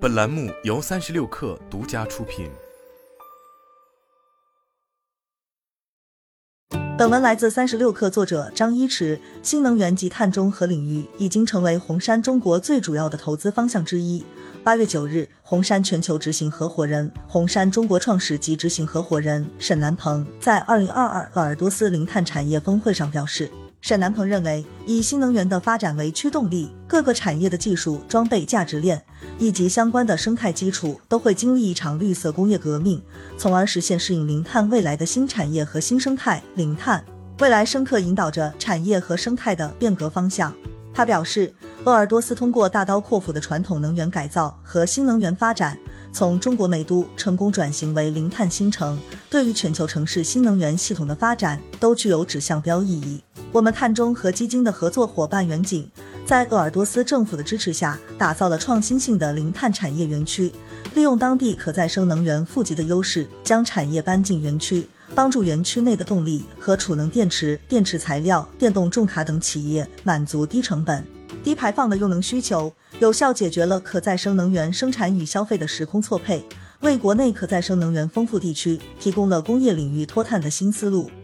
本栏目由36氪独家出品。 本文来自36氪，作者张一驰。新能源及碳中和领域已经成为红杉中国最主要的投资方向之一。8月9日，红杉全球执行合伙人、红杉中国创始及执行合伙人沈南鹏在2022鄂尔多斯零碳产业峰会上表示，沈南鹏认为，以新能源的发展为驱动力，各个产业的技术、装备、价值链以及相关的生态基础都会经历一场绿色工业革命，从而实现适应零碳未来的新产业和新生态。零碳未来深刻引导着产业和生态的变革方向。他表示，鄂尔多斯通过大刀阔斧的传统能源改造和新能源发展，从中国美都成功转型为零碳新城，对于全球城市新能源系统的发展都具有指向标意义。我们碳中和基金的合作伙伴远景在鄂尔多斯政府的支持下，打造了创新性的零碳产业园区，利用当地可再生能源富集的优势，将产业搬进园区，帮助园区内的动力和储能电池、电池材料、电动重卡等企业满足低成本、低排放的用能需求，有效解决了可再生能源生产与消费的时空错配，为国内可再生能源丰富地区提供了工业领域脱碳的新思路。